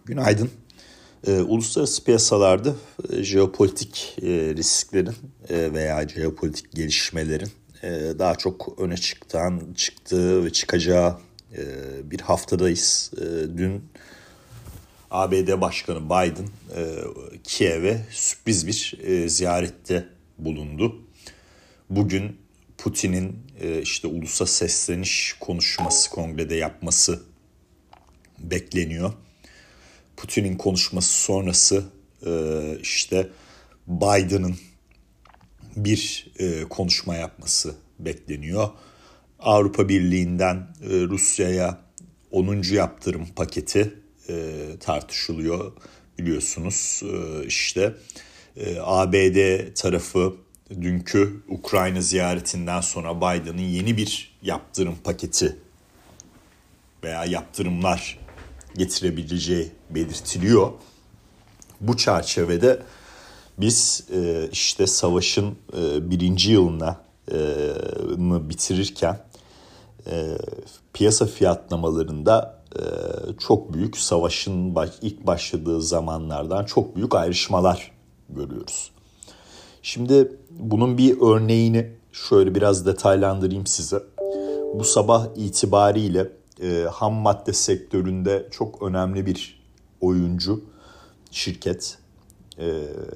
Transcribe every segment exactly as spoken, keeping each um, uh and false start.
Günaydın. Ee, uluslararası piyasalarda e, jeopolitik e, risklerin e, veya jeopolitik gelişmelerin e, daha çok öne çıktan çıktığı ve çıkacağı e, bir haftadayız. E, dün A B D Başkanı Biden e, Kiev'e sürpriz bir e, ziyarette bulundu. Bugün Putin'in e, işte ulusa sesleniş konuşması kongrede yapması bekleniyor. Putin'in konuşması sonrası işte Biden'ın bir konuşma yapması bekleniyor. Avrupa Birliği'nden Rusya'ya onuncu yaptırım paketi tartışılıyor biliyorsunuz. İşte A B D tarafı dünkü Ukrayna ziyaretinden sonra Biden'ın yeni bir yaptırım paketi veya yaptırımlar getirebileceği belirtiliyor. Bu çerçevede biz e, işte savaşın e, birinci yılını e, bitirirken e, piyasa fiyatlamalarında e, çok büyük savaşın baş, ilk başladığı zamanlardan çok büyük ayrışmalar görüyoruz. Şimdi bunun bir örneğini şöyle biraz detaylandırayım size. Bu sabah itibariyle e, ham madde sektöründe çok önemli bir oyuncu şirket e,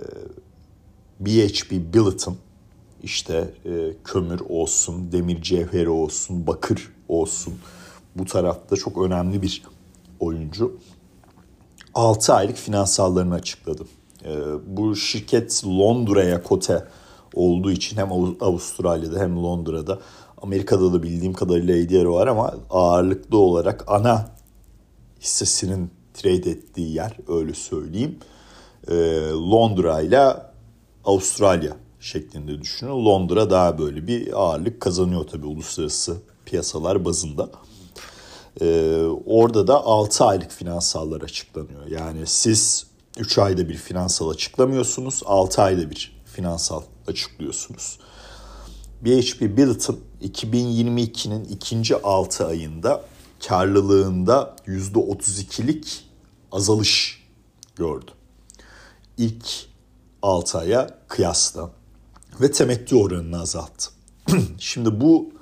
B H P Billiton, işte e, kömür olsun, demir cevheri olsun, bakır olsun, bu tarafta çok önemli bir oyuncu. altı aylık finansallarını açıkladı. E, bu şirket Londra'ya kote olduğu için hem Avustralya'da hem Londra'da, Amerika'da da bildiğim kadarıyla A D R var ama ağırlıklı olarak ana hissesinin trade ettiği yer, öyle söyleyeyim, e, Londra ile Avustralya şeklinde düşünün. Londra daha böyle bir ağırlık kazanıyor tabii uluslararası piyasalar bazında. E, orada da altı aylık finansallar açıklanıyor. Yani siz üç ayda bir finansal açıklamıyorsunuz, altı ayda bir finansal açıklıyorsunuz. B H P Billiton iki bin yirmi ikinin ikinci altı ayında karlılığında yüzde otuz ikilik azalış gördü. İlk altı aya kıyasla ve temettü oranını azalttı. Şimdi bu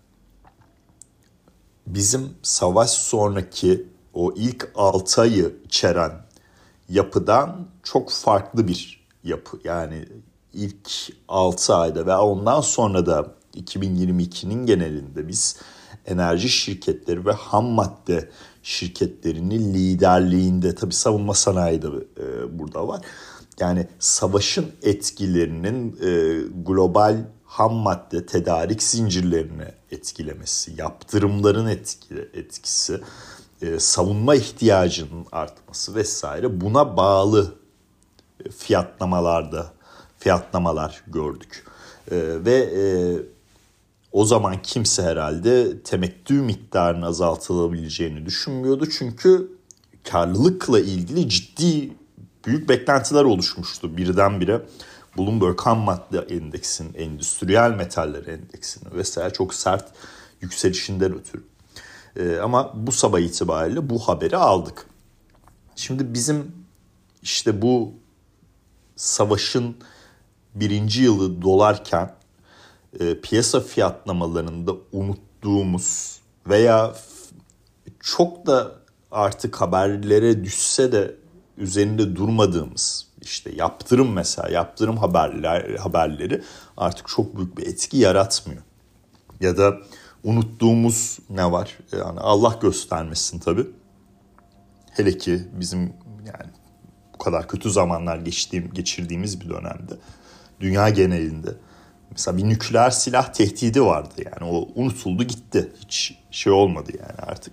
bizim savaş sonraki o ilk altı ayı içeren yapıdan çok farklı bir yapı. Yani ilk altı ayda ve ondan sonra da iki bin yirmi ikinin genelinde biz enerji şirketleri ve ham madde şirketlerinin liderliğinde, tabii savunma sanayi de e, burada var. Yani savaşın etkilerinin e, global ham madde tedarik zincirlerine etkilemesi, yaptırımların etkili, etkisi, e, savunma ihtiyacının artması vesaire, buna bağlı fiyatlamalarda fiyatlamalar gördük. E, ve e, o zaman kimse herhalde temettü miktarının azaltılabileceğini düşünmüyordu. Çünkü karlılıkla ilgili ciddi büyük beklentiler oluşmuştu. Birdenbire Bloomberg ham madde endeksinin, endüstriyel metaller endeksinin vesaire çok sert yükselişinden ötürü. Ee, ama bu sabah itibariyle bu haberi aldık. Şimdi bizim işte bu savaşın birinci yılı dolarken e, piyasa fiyatlamalarında unuttuğumuz veya çok da artık haberlere düşse de üzerinde durmadığımız, işte yaptırım mesela yaptırım haberler haberleri artık çok büyük bir etki yaratmıyor. Ya da unuttuğumuz ne var? Yani Allah göstermesin tabii. Hele ki bizim yani bu kadar kötü zamanlar geçtiğim, geçirdiğimiz bir dönemde dünya genelinde mesela bir nükleer silah tehdidi vardı. Yani o unutuldu gitti. Hiç şey olmadı yani artık.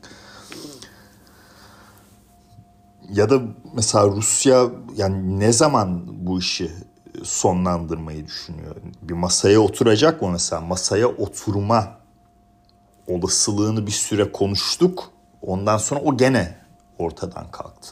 Ya da mesela Rusya yani ne zaman bu işi sonlandırmayı düşünüyor? Bir masaya oturacak mı mesela? Masaya oturma olasılığını bir süre konuştuk. Ondan sonra o gene ortadan kalktı.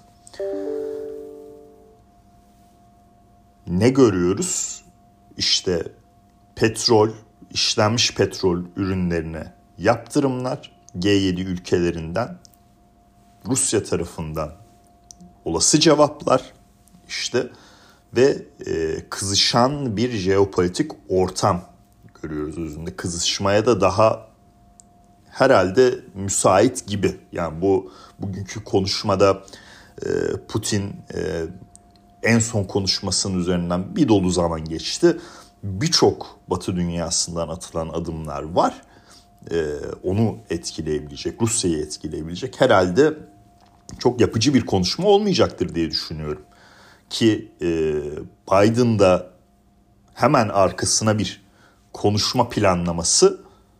Ne görüyoruz? İşte petrol, işlenmiş petrol ürünlerine yaptırımlar G yedi ülkelerinden Rusya tarafından olası cevaplar işte ve e, kızışan bir jeopolitik ortam görüyoruz özünde. Kızışmaya da daha herhalde müsait gibi. Yani bu bugünkü konuşmada e, Putin e, en son konuşmasının üzerinden bir dolu zaman geçti. Birçok Batı dünyasından atılan adımlar var. Ee, onu etkileyebilecek, Rusya'yı etkileyebilecek. Herhalde çok yapıcı bir konuşma olmayacaktır diye düşünüyorum. Ki e, Biden da hemen arkasına bir konuşma planlaması.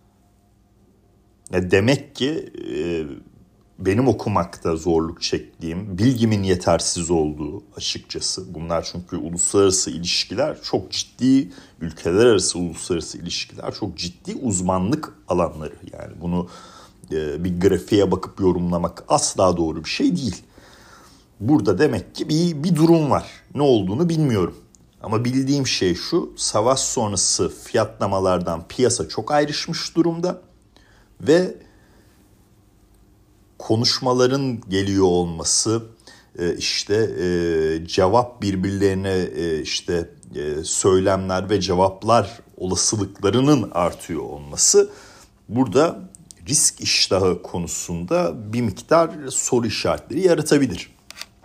Ya demek ki e, benim okumakta zorluk çektiğim, bilgimin yetersiz olduğu açıkçası. Bunlar çünkü uluslararası ilişkiler çok ciddi, ülkeler arası uluslararası ilişkiler çok ciddi uzmanlık alanları. Yani bunu e, bir grafiğe bakıp yorumlamak asla doğru bir şey değil. Burada demek ki bir, bir durum var. Ne olduğunu bilmiyorum. Ama bildiğim şey şu, savaş sonrası fiyatlamalardan piyasa çok ayrışmış durumda ve konuşmaların geliyor olması, işte cevap birbirlerine işte söylemler ve cevaplar olasılıklarının artıyor olması burada risk iştahı konusunda bir miktar soru işaretleri yaratabilir.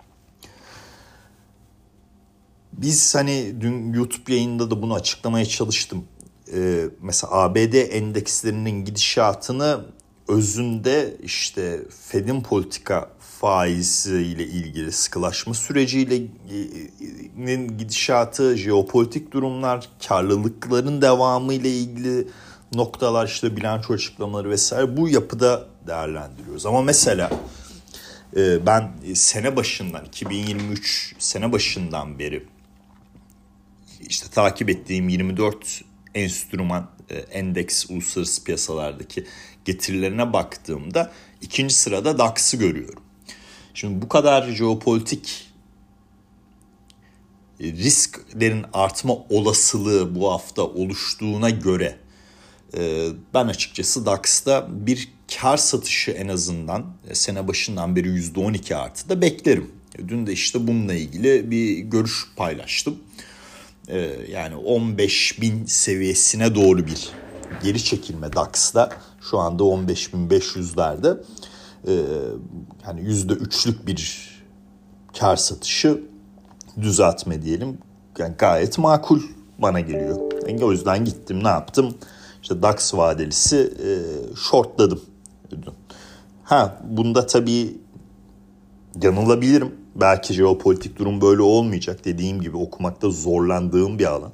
Biz hani dün YouTube yayında da bunu açıklamaya çalıştım. Mesela A B D endekslerinin gidişatını özünde işte Fed'in politika faiziyle ilgili sıkılaşma süreciyle gidişatı, jeopolitik durumlar, karlılıkların devamı ile ilgili noktalar, işte bilanço açıklamaları vesaire bu yapıda değerlendiriyoruz. Ama mesela ben sene başından iki bin yirmi üç sene başından beri işte takip ettiğim yirmi dört enstrüman endeks uluslararası piyasalardaki getirilerine baktığımda ikinci sırada DAX'ı görüyorum. Şimdi bu kadar jeopolitik risklerin artma olasılığı bu hafta oluştuğuna göre ben açıkçası DAX'ta bir kar satışı en azından sene başından beri yüzde on iki artıda beklerim. Dün de işte bununla ilgili bir görüş paylaştım. Yani on beş bin seviyesine doğru bir geri çekilme DAX'da şu anda on beş bin beş yüzlerde yani yüzde üçlük bir kar satışı, düzeltme diyelim, yani gayet makul bana geliyor. Yani o yüzden gittim, ne yaptım? İşte DAX vadelisi e, shortladım. Ha bunda tabii yanılabilirim. Belki jeopolitik durum böyle olmayacak. Dediğim gibi okumakta zorlandığım bir alan.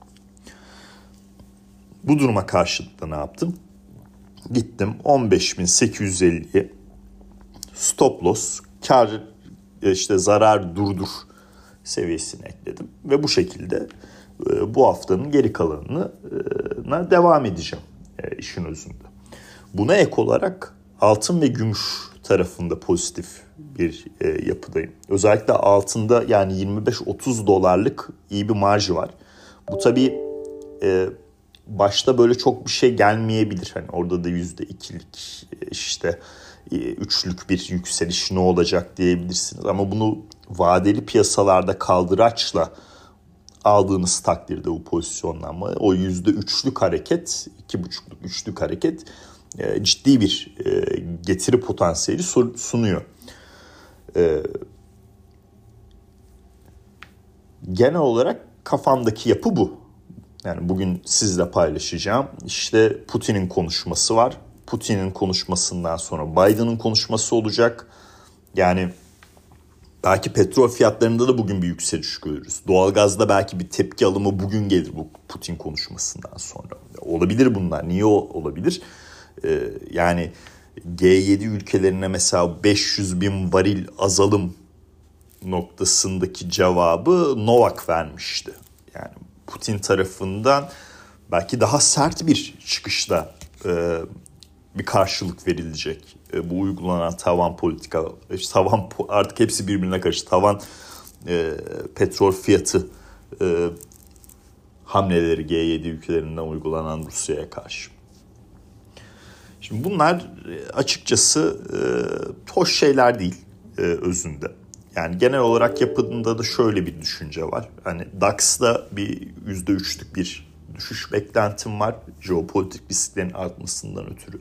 Bu duruma karşılık da ne yaptım? Gittim on beş bin sekiz yüz elliye stop loss, kar işte zarar durdur seviyesini ekledim. Ve bu şekilde bu haftanın geri kalanına devam edeceğim işin özünde. Buna ek olarak altın ve gümüş tarafında pozitif bir yapıdayım. Özellikle altında yani yirmi beş otuz dolarlık iyi bir marjı var. Bu tabii başta böyle çok bir şey gelmeyebilir. Hani orada da yüzde ikilik işte üçlük bir yükseliş ne olacak diyebilirsiniz. Ama bunu vadeli piyasalarda kaldıraçla aldığınız takdirde bu pozisyonlanma, o yüzde üçlük hareket, iki buçukluk üçlük hareket e, ciddi bir e, getiri potansiyeli sunuyor. E, genel olarak kafamdaki yapı bu. Yani bugün sizle paylaşacağım. İşte Putin'in konuşması var. Putin'in konuşmasından sonra Biden'ın konuşması olacak. Yani belki petrol fiyatlarında da bugün bir yükseliş görürüz. Doğalgazda belki bir tepki alımı bugün gelir bu Putin konuşmasından sonra. Olabilir bunlar. Niye olabilir? Ee, yani G yedi ülkelerine mesela beş yüz bin varil azalım noktasındaki cevabı Novak vermişti. Yani Putin tarafından belki daha sert bir çıkışla e, bir karşılık verilecek. E, bu uygulanan tavan politika, tavan artık hepsi birbirine karıştı. Tavan e, petrol fiyatı e, hamleleri G yedi ülkelerinden uygulanan Rusya'ya karşı. Şimdi bunlar açıkçası e, hoş şeyler değil e, özünde. Yani genel olarak yapında da şöyle bir düşünce var. Hani D A X'da bir yüzde üçlük bir düşüş beklentim var. Jeopolitik risklerin artmasından ötürü.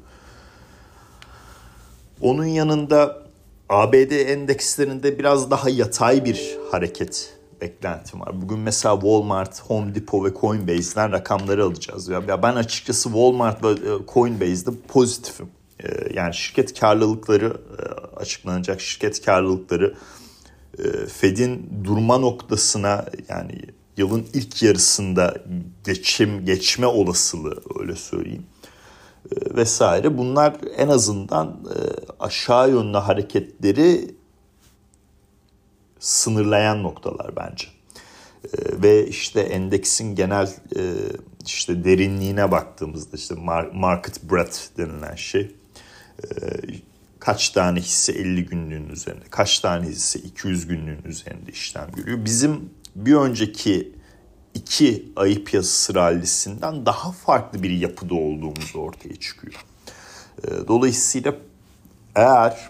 Onun yanında A B D endekslerinde biraz daha yatay bir hareket beklentim var. Bugün mesela Walmart, Home Depot ve Coinbase'den rakamları alacağız. Ya ben açıkçası Walmart ve Coinbase'de pozitifim. Yani şirket karlılıkları açıklanacak, şirket karlılıkları Fed'in durma noktasına, yani yılın ilk yarısında geçim geçme olasılığı, öyle söyleyeyim, vesaire. Bunlar en azından aşağı yönlü hareketleri sınırlayan noktalar bence. Ve işte endeksin genel işte derinliğine baktığımızda, işte market breadth denilen şey, kaç tane hisse elli günlüğün üzerinde, kaç tane hisse iki yüz günlüğün üzerinde işlem görüyor. Bizim bir önceki iki ayı piyasası rallisinden daha farklı bir yapıda olduğumuz ortaya çıkıyor. Dolayısıyla eğer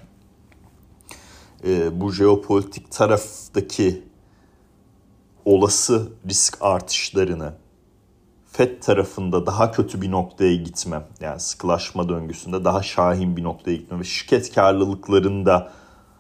bu jeopolitik taraftaki olası risk artışlarını Fed tarafında daha kötü bir noktaya gitme, yani sıkılaşma döngüsünde daha şahin bir noktaya gitme ve şirket karlılıklarında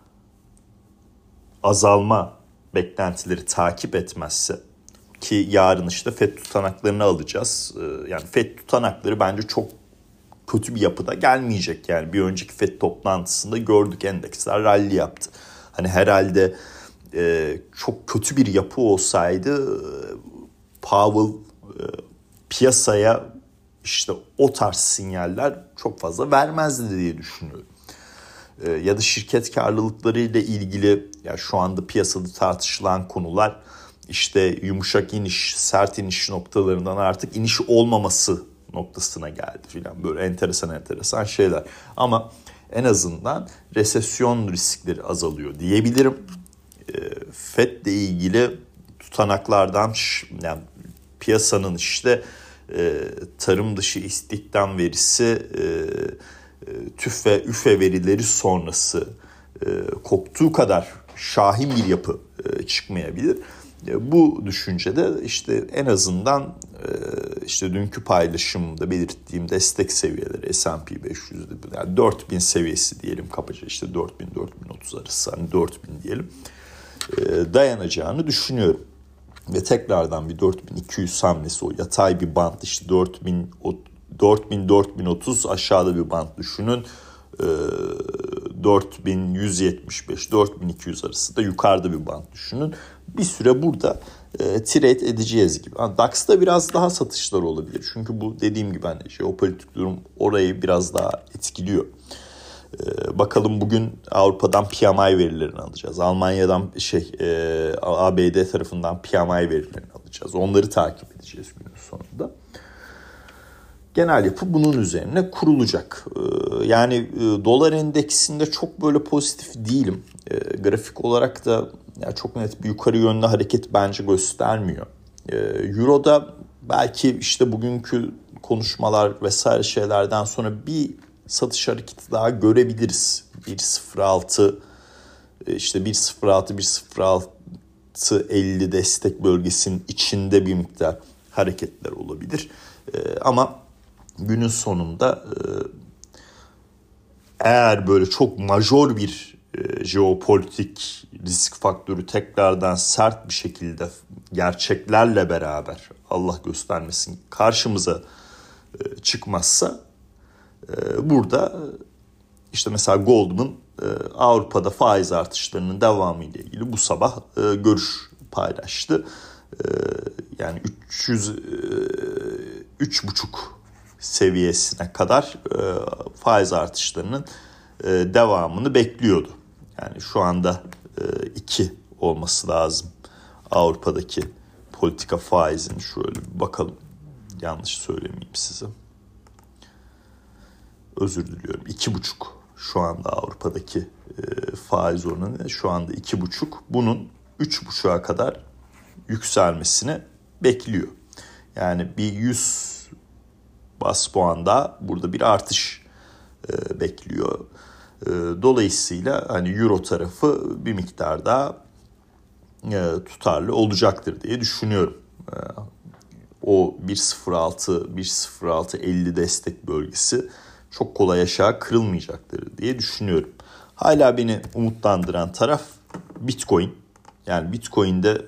azalma beklentileri takip etmezse, ki yarın işte Fed tutanaklarını alacağız. Yani Fed tutanakları bence çok kötü bir yapıda gelmeyecek. Yani bir önceki Fed toplantısında gördük, endeksler rally yaptı. Hani herhalde e, çok kötü bir yapı olsaydı Powell e, piyasaya işte o tarz sinyaller çok fazla vermezdi diye düşünüyorum. E, ya da şirket karlılıkları ile ilgili, ya şu anda piyasada tartışılan konular, işte yumuşak iniş, sert iniş noktalarından artık iniş olmaması noktasına geldi filan, böyle enteresan enteresan şeyler. Ama en azından resesyon riskleri azalıyor diyebilirim. E, Fed'le ilgili tutanaklardan, yani piyasanın işte e, tarım dışı istihdam verisi, e, e, TÜF ve ÜFE verileri sonrası e, korktuğu kadar şahin bir yapı e, çıkmayabilir. E, bu düşüncede işte en azından e, işte dünkü paylaşımda belirttiğim destek seviyeleri S and P beş yüzde, yani dört bin seviyesi diyelim kabaca, işte dört bin dört bin otuz arası, hani dört bin diyelim, e, dayanacağını düşünüyorum. Ve tekrardan bir dört bin iki yüz hamlesi, o yatay bir band, işte dört bin dört bin dört bin otuz aşağıda bir band düşünün. dört bin yüz yetmiş beş dört bin iki yüz arası da yukarıda bir band düşünün. Bir süre burada e, trade edeceğiz gibi. Yani D A X'ta biraz daha satışlar olabilir. Çünkü bu dediğim gibi hani jeopolitik durum orayı biraz daha etkiliyor. Ee, bakalım bugün Avrupa'dan P M I verilerini alacağız. Almanya'dan şey e, A B D tarafından P M I verilerini alacağız. Onları takip edeceğiz günün sonunda. Genel yapı bunun üzerine kurulacak. Ee, yani e, dolar endeksinde çok böyle pozitif değilim. E, grafik olarak da yani çok net bir yukarı yönlü hareket bence göstermiyor. E, Euro'da belki işte bugünkü konuşmalar vesaire şeylerden sonra bir satış hareketi daha görebiliriz. bir nokta sıfır altı işte bir nokta sıfır altı bir nokta sıfır altı elli destek bölgesinin içinde bir miktar hareketler olabilir. Ee, ama günün sonunda e, eğer böyle çok majör bir e, jeopolitik risk faktörü tekrardan sert bir şekilde gerçeklerle beraber, Allah göstermesin, karşımıza e, çıkmazsa, burada işte mesela Goldman Avrupa'da faiz artışlarının devamı ile ilgili bu sabah görüş paylaştı. Yani üç yüz üç buçuk seviyesine kadar faiz artışlarının devamını bekliyordu. Yani şu anda iki olması lazım Avrupa'daki politika faizini. Şöyle bir bakalım, yanlış söylemeyeyim size. Özür diliyorum. iki buçuk şu anda Avrupa'daki e, faiz oranı şu anda iki buçuk. Bunun üç buçuğa kadar yükselmesini bekliyor. Yani bir yüz bas puan daha burada bir artış e, bekliyor. Dolayısıyla hani euro tarafı bir miktar daha tutarlı olacaktır diye düşünüyorum. O bir nokta sıfır altı bir nokta sıfır altı elli destek bölgesi çok kolay aşağı kırılmayacaktır diye düşünüyorum. Hala beni umutlandıran taraf Bitcoin. Yani Bitcoin'de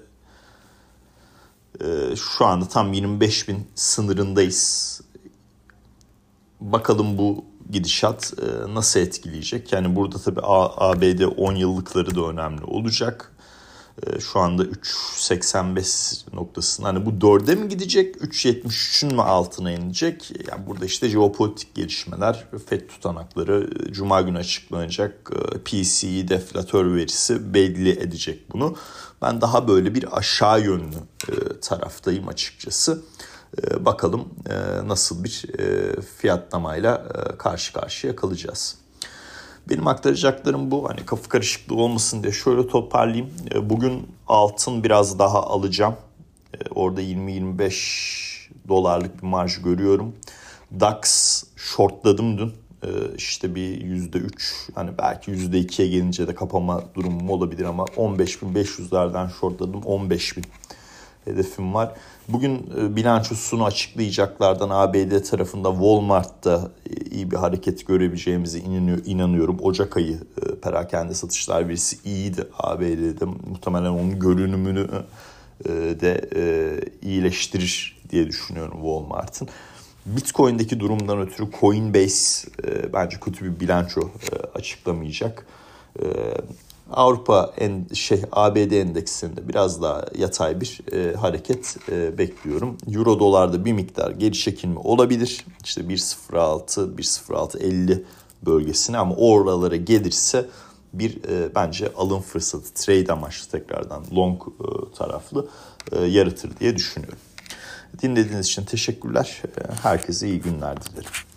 e, şu anda tam yirmi beş bin sınırındayız. Bakalım bu gidişat e, nasıl etkileyecek? Yani burada tabii A B D on yıllıkları da önemli olacak. E, şu anda üç seksen beş noktasında hani bu dörde mi gidecek, üç yetmiş üçün mü altına inecek? Yani burada işte jeopolitik gelişmeler, Fed tutanakları, Cuma günü açıklanacak P C E deflatör verisi belli edecek bunu. Ben daha böyle bir aşağı yönlü e, taraftayım açıkçası. E, bakalım e, nasıl bir e, fiyatlamayla e, karşı karşıya kalacağız. Benim aktaracaklarım bu. Hani kafa karışıklığı olmasın diye şöyle toparlayayım. Bugün altın biraz daha alacağım. Orada yirmi yirmi beş dolarlık bir marj görüyorum. D A X shortladım dün. İşte bir yüzde üç, hani belki yüzde ikiye gelince de kapama durumum olabilir ama on beş bin beş yüzlerden shortladım. on beş bin hedefim var. Bugün bilançosunu açıklayacaklardan A B D tarafında Walmart'ta iyi bir hareket görebileceğimize inanıyorum. Ocak ayı perakende satışlar verisi iyiydi A B D'de. Muhtemelen onun görünümünü de iyileştirir diye düşünüyorum Walmart'ın. Bitcoin'deki durumdan ötürü Coinbase bence kötü bir bilanço açıklamayacak. Avrupa en şey A B D endeksinde biraz daha yatay bir e, hareket e, bekliyorum. Euro dolarda bir miktar geri çekilme olabilir. İşte bir nokta sıfır altı bir nokta sıfır altı elli bölgesine, ama oralara gelirse bir e, bence alım fırsatı, trade amaçlı tekrardan long e, taraflı e, yaratır diye düşünüyorum. Dinlediğiniz için teşekkürler. Herkese iyi günler dilerim.